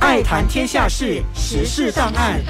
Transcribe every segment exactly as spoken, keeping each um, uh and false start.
爱谈天下事，时事档案。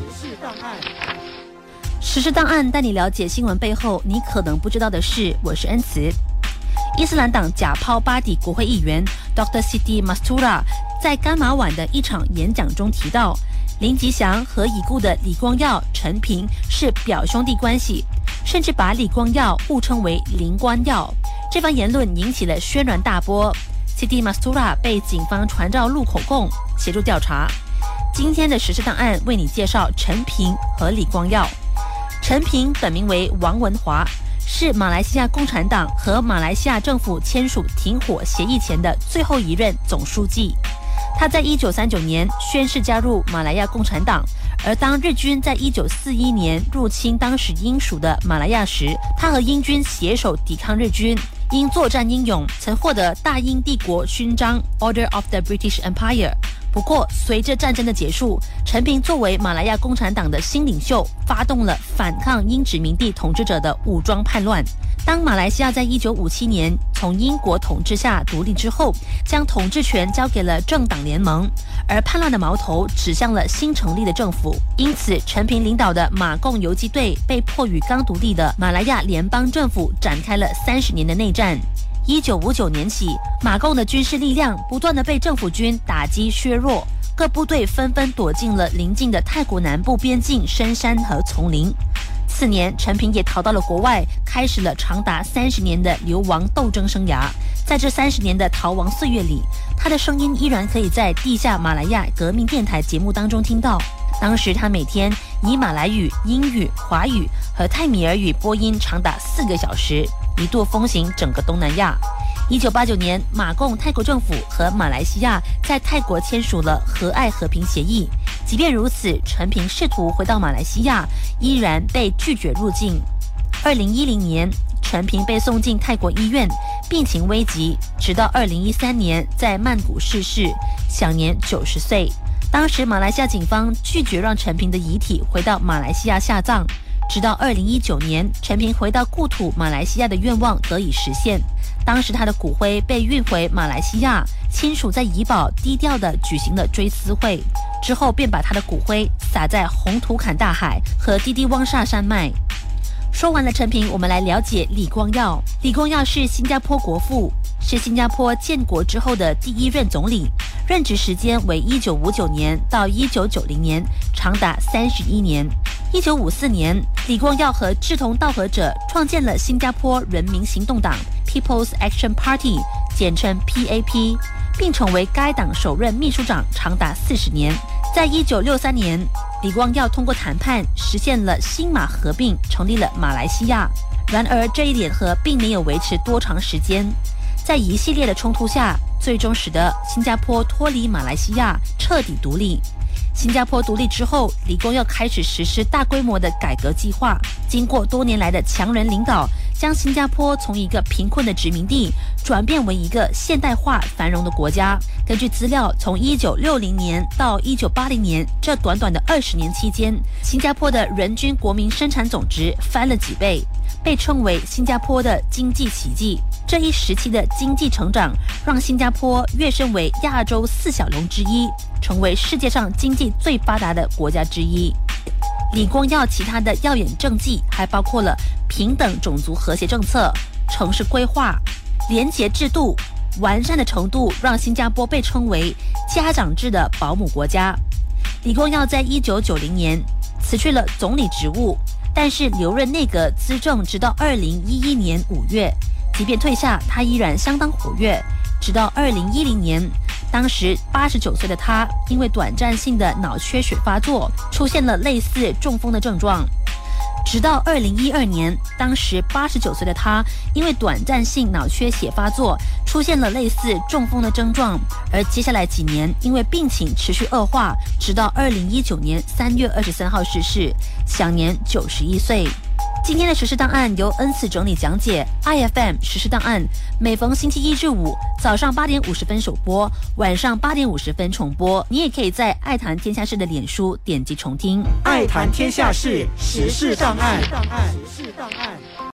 时事档案带你了解新闻背后你可能不知道的事。我是恩慈。伊斯兰党假抛巴底国会议员 Doctor Siti Mastura 在甘马晚的一场演讲中提到，林吉祥和已故的李光耀、陈平是表兄弟关系，甚至把李光耀误称为林光耀。这番言论引起了轩然大波。Siti Mastura 被警方传召录口供，协助调查。今天的时事档案为你介绍陈平和李光耀。陈平本名为王文华，是马来西亚共产党和马来西亚政府签署停火协议前的最后一任总书记。他在一九三九年宣誓加入马来亚共产党，而当日军在一九四一年入侵当时英属的马来亚时，他和英军携手抵抗日军，因作战英勇，曾获得大英帝国勋章 Order of the British Empire。不过，随着战争的结束，陈平作为马来亚共产党的新领袖，发动了反抗英殖民地统治者的武装叛乱。当马来西亚在一九五七年从英国统治下独立之后，将统治权交给了政党联盟，而叛乱的矛头指向了新成立的政府。因此，陈平领导的马共游击队被迫与刚独立的马来亚联邦政府展开了三十年的内战。一九五九年起，马共的军事力量不断地被政府军打击削弱，各部队纷纷躲进了邻近的泰国南部边境深山和丛林。次年，陈平也逃到了国外，开始了长达三十年的流亡斗争生涯。在这三十年的逃亡岁月里，他的声音依然可以在地下马来亚革命电台节目当中听到。当时他每天以马来语、英语、华语和泰米尔语播音长达四个小时，一度风行整个东南亚。一九八九年，马共泰国政府和马来西亚在泰国签署了和爱和平协议。即便如此，陈平试图回到马来西亚，依然被拒绝入境。二零一零年，陈平被送进泰国医院，病情危急，直到二零一三年在曼谷逝世，享年九十岁。当时马来西亚警方拒绝让陈平的遗体回到马来西亚下葬，直到二零一九年，陈平回到故土马来西亚的愿望得以实现。当时他的骨灰被运回马来西亚，亲属在怡保低调地举行了追思会，之后便把他的骨灰撒在红土坎大海和滴滴汪煞山脉。说完了陈平，我们来了解李光耀。李光耀是新加坡国父，是新加坡建国之后的第一任总理，任职时间为一九五九年到一九九零年，长达三十一年。一九五四年，李光耀和志同道合者创建了新加坡人民行动党 People's Action Party， 简称 P A P， 并成为该党首任秘书长长达四十年。在一九六三年，李光耀通过谈判实现了新马合并，成立了马来西亚。然而，这一联合并没有维持多长时间，在一系列的冲突下，最终使得新加坡脱离马来西亚，彻底独立。新加坡独立之后，李光耀开始实施大规模的改革计划。经过多年来的强人领导，将新加坡从一个贫困的殖民地转变为一个现代化繁荣的国家。根据资料，从一九六零年到一九八零年这短短的二十年期间，新加坡的人均国民生产总值翻了几倍，被称为新加坡的经济奇迹。这一时期的经济成长让新加坡跃升为亚洲四小龙之一，成为世界上经济最发达的国家之一。李光耀其他的耀眼政绩还包括了平等种族和谐政策、城市规划、廉洁制度完善的程度，让新加坡被称为家长制的保姆国家。李光耀在一九九零年辞去了总理职务，但是留任内阁资政直到二零一一年五月。即便退下，他依然相当活跃，直到二零一零年，当时八十九岁的他因为短暂性的脑缺血发作，出现了类似中风的症状。直到二零一二年，当时八十九岁的他因为短暂性脑缺血发作，出现了类似中风的症状。而接下来几年，因为病情持续恶化，直到二零一九年三月二十三号逝世，享年九十一岁。今天的时事档案由恩赐整理讲解 ，I F M 时事档案每逢星期一至五早上八点五十分首播，晚上八点五十分重播。你也可以在爱谈天下事的脸书点击重听。 爱谈天下事，时事档案。